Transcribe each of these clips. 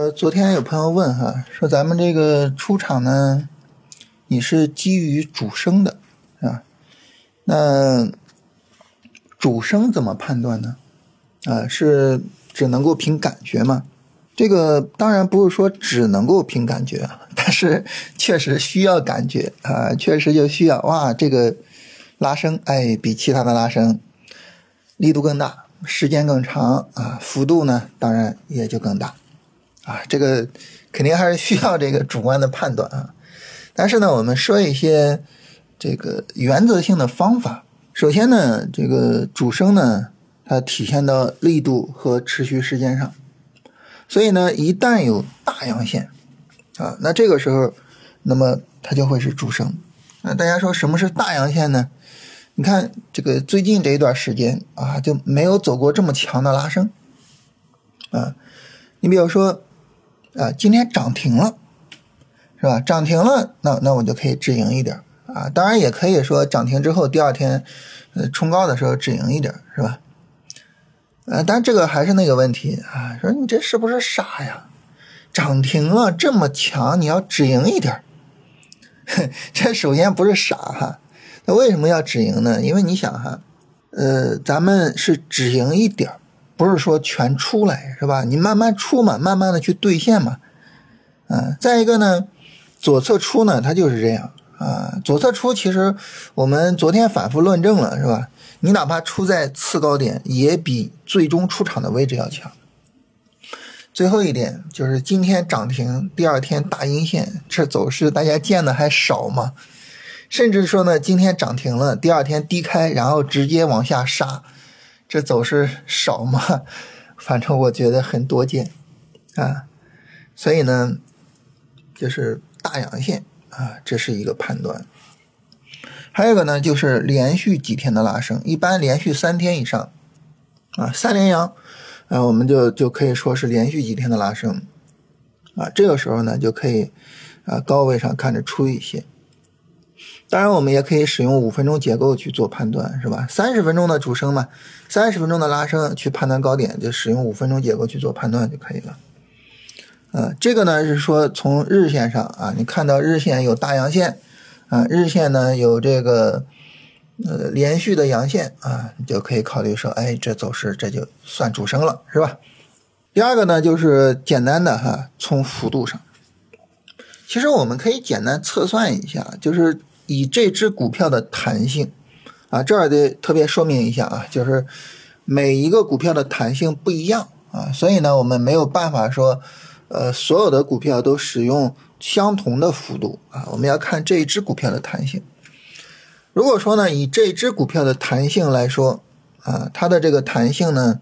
昨天有朋友问哈，说咱们这个出场呢，你是基于主升的啊？那主升怎么判断呢？是只能够凭感觉吗？这个当然不是说只能够凭感觉，但是确实需要感觉啊，确实就需要哇，这个拉升比其他的拉升力度更大，时间更长啊，幅度呢当然也就更大。这个肯定还是需要这个主观的判断啊。但是呢，我们说一些这个原则性的方法。首先呢，这个主升呢，它体现到力度和持续时间上。所以呢，一旦有大阳线那这个时候，那么它就会是主升。大家说什么是大阳线呢？你看这个最近这一段时间就没有走过这么强的拉升你比如说今天涨停了，是吧？涨停了，那我就可以止盈一点当然也可以说涨停之后第二天冲高的时候止盈一点，是吧？但这个还是那个问题说你这是不是傻呀？涨停了这么强，你要止盈一点这首先不是傻那为什么要止盈呢？因为你想咱们是止盈一点，不是说全出来，是吧？你慢慢出嘛，慢慢的去兑现嘛再一个呢，左侧出呢它就是这样左侧出其实我们昨天反复论证了，是吧？你哪怕出在次高点也比最终出场的位置要强。最后一点就是今天涨停，第二天大阴线，这走势大家见的还少吗？甚至说呢，今天涨停了，第二天低开，然后直接往下杀，这走势少吗？反正我觉得很多见所以呢，就是大阳线这是一个判断。还有一个呢，就是连续几天的拉升，一般连续3天以上3连阳我们就可以说是连续几天的拉升这个时候呢就可以高位上看着出一些。当然我们也可以使用5分钟结构去做判断，是吧？30分钟的主升嘛，30分钟的拉升去判断高点，就使用5分钟结构去做判断就可以了。这个呢是说从日线上你看到日线有大阳线日线呢有这个连续的阳线你就可以考虑说这走势这就算主升了，是吧？第二个呢就是简单的从幅度上，其实我们可以简单测算一下，就是以这只股票的弹性这儿得特别说明一下就是每一个股票的弹性不一样所以呢我们没有办法说所有的股票都使用相同的幅度我们要看这一只股票的弹性。如果说呢以这一只股票的弹性来说它的这个弹性呢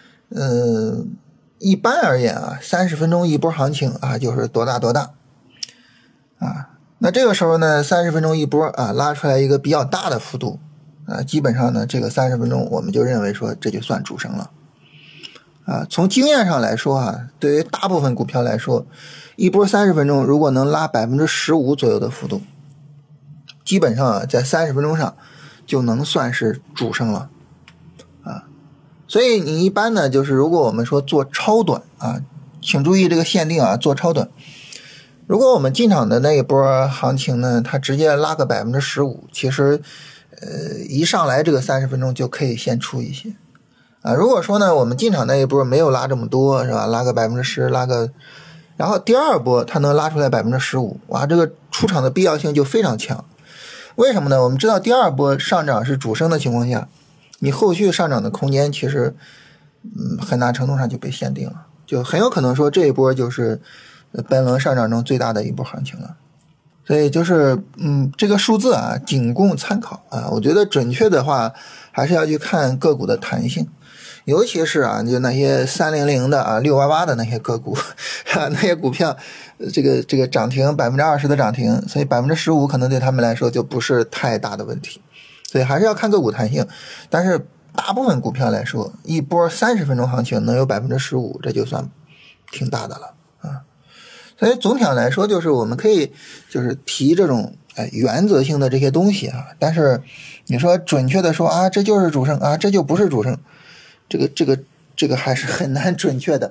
一般而言30分钟一波行情就是多大多大那这个时候呢30分钟一波拉出来一个比较大的幅度基本上呢这个30分钟我们就认为说这就算主升了从经验上来说对于大部分股票来说，一波30分钟如果能拉 15% 左右的幅度，基本上在30分钟上就能算是主升了所以你一般呢就是如果我们说做超短请注意这个限定做超短。如果我们进场的那一波行情呢，它直接拉个 15%， 其实一上来这个30分钟就可以先出一些如果说呢我们进场那一波没有拉这么多，是吧？拉个 10%， 然后第二波它能拉出来 15%， 哇，这个出场的必要性就非常强。为什么呢？我们知道第二波上涨是主升的情况下，你后续上涨的空间其实很大程度上就被限定了，就很有可能说这一波就是本轮上涨中最大的一波行情了。所以就是这个数字仅供参考我觉得准确的话还是要去看个股的弹性，尤其是就那些300的688的那些个股那些股票这个涨停 20% 的涨停，所以 15% 可能对他们来说就不是太大的问题，所以还是要看个股弹性。但是大部分股票来说，一波30分钟行情能有 15%， 这就算挺大的了所以总体上来说，就是我们可以就是提这种原则性的这些东西但是你说准确的说这就是主升这就不是主升，这个还是很难准确的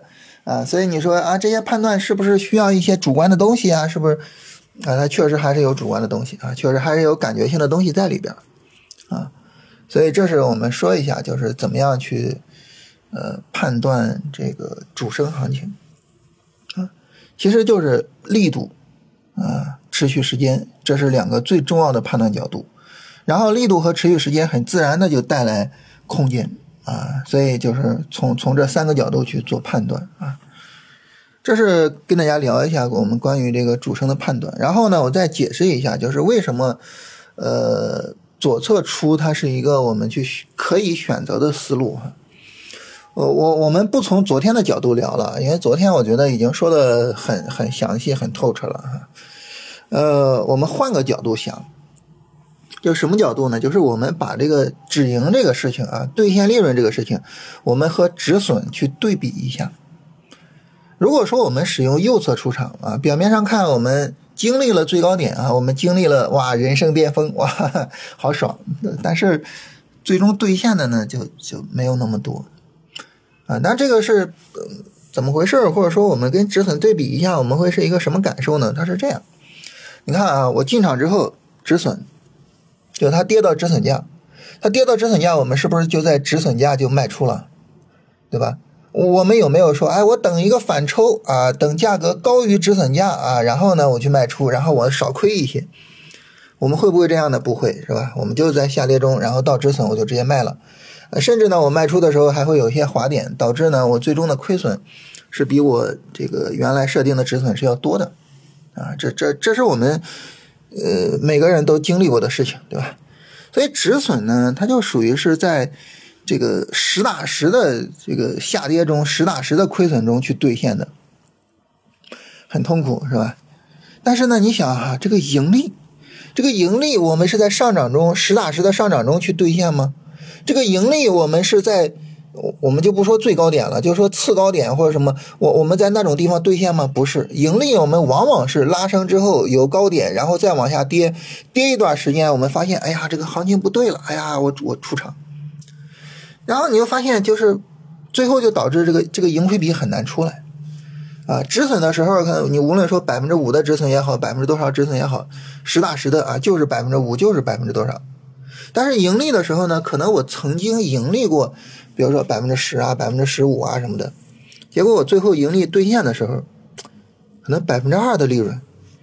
所以你说啊，这些判断是不是需要一些主观的东西啊？是不是它确实还是有主观的东西啊，确实还是有感觉性的东西在里边啊。所以这是我们说一下，就是怎么样去判断这个主升行情啊，其实就是力度啊、持续时间，这是两个最重要的判断角度。然后力度和持续时间很自然的就带来空间啊，所以就是从这3个角度去做判断啊。这是跟大家聊一下我们关于这个主升的判断。然后呢，我再解释一下，就是为什么左侧出它是一个我们可以选择的思路哈。我们不从昨天的角度聊了，因为昨天我觉得已经说的很详细很透彻了哈。我们换个角度想，就什么角度呢？就是我们把这个止盈这个事情啊，兑现利润这个事情，我们和止损去对比一下。如果说我们使用右侧出场啊，表面上看我们经历了最高点啊，我们经历了哇人生巅峰，哇好爽，但是最终兑现的呢就没有那么多啊。那这个是怎么回事？或者说我们跟止损对比一下，我们会是一个什么感受呢？它是这样，你看啊，我进场之后止损，就它跌到止损价，它跌到止损价，我们是不是就在止损价就卖出了，对吧？我们有没有说，哎，我等一个反抽啊，等价格高于止损价啊，然后呢我去卖出，然后我少亏一些？我们会不会这样的？不会，是吧？我们就在下跌中，然后到止损我就直接卖了，甚至呢我卖出的时候还会有一些滑点，导致呢我最终的亏损是比我这个原来设定的止损是要多的啊。这是我们每个人都经历过的事情，对吧？所以止损呢，它就属于是在这个实打实的这个下跌中，实打实的亏损中去兑现的，很痛苦，是吧？但是呢，你想啊，这个盈利我们是在上涨中，实打实的上涨中去兑现吗？这个盈利我们是在，我们就不说最高点了，就说次高点或者什么，我们在那种地方兑现吗？不是，盈利我们往往是拉升之后有高点，然后再往下跌一段时间，我们发现，哎呀，这个行情不对了，哎呀，我出场。然后你又发现，就是最后就导致这个盈亏比很难出来啊。止损的时候，看你无论说5%的止损也好，% 多少止损也好，实打实的啊，就是 5%， 就是% 多少。但是盈利的时候呢，可能我曾经盈利过，比如说 10% 啊，15%啊什么的，结果我最后盈利兑现的时候，可能 2% 的利润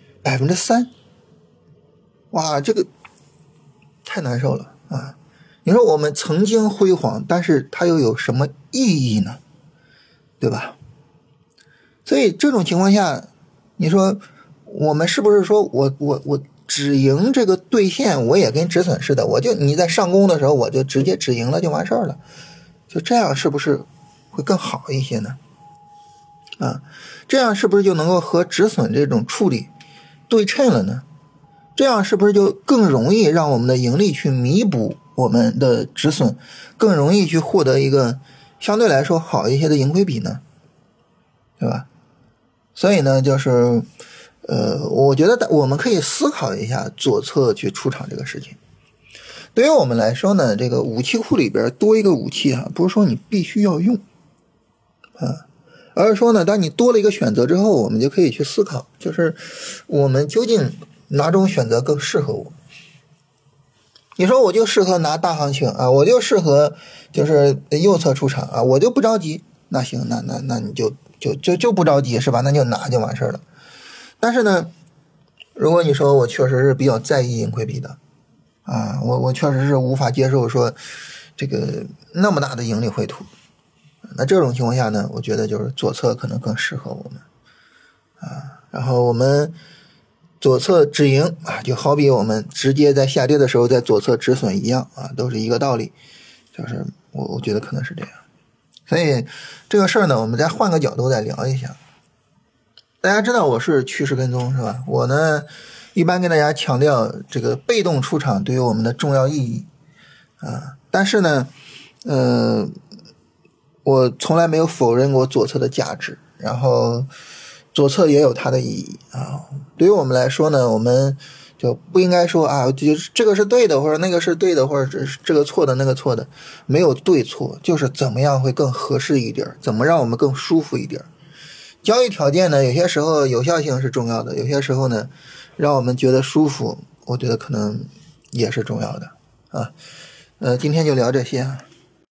，3%，哇，这个太难受了啊。你说我们曾经辉煌，但是它又有什么意义呢？对吧？所以这种情况下，你说我们是不是说我止盈这个兑现，我也跟止损似的，你在上攻的时候我就直接止盈了就完事儿了，就这样是不是会更好一些呢？啊，这样是不是就能够和止损这种处理对称了呢？这样是不是就更容易让我们的盈利去弥补我们的止损，更容易去获得一个相对来说好一些的盈亏比呢？对吧？所以呢，就是我觉得我们可以思考一下左侧去出场这个事情。对于我们来说呢，这个武器库里边多一个武器啊，不是说你必须要用啊，而是说呢，当你多了一个选择之后，我们就可以去思考，就是我们究竟哪种选择更适合我？你说我就适合拿大行情啊，我就适合就是右侧出场啊，我就不着急。那行，那你就不着急是吧？那就拿就完事了。但是呢，如果你说我确实是比较在意盈亏比的啊，我确实是无法接受说这个那么大的盈利回吐，那这种情况下呢，我觉得就是左侧可能更适合我们啊。然后我们左侧止盈啊，就好比我们直接在下跌的时候在左侧止损一样啊，都是一个道理。就是我觉得可能是这样。所以这个事儿呢，我们再换个角度再聊一下。大家知道我是趋势跟踪是吧？我呢一般跟大家强调这个被动出场对于我们的重要意义啊，但是呢我从来没有否认过左侧的价值，然后左侧也有它的意义啊。对于我们来说呢，我们就不应该说啊，这个是对的，或者那个是对的，或者这个错的那个错的，没有对错，就是怎么样会更合适一点，怎么让我们更舒服一点。 交易条件呢，有些时候有效性是重要的，有些时候呢，让我们觉得舒服，我觉得可能也是重要的啊。今天就聊这些啊。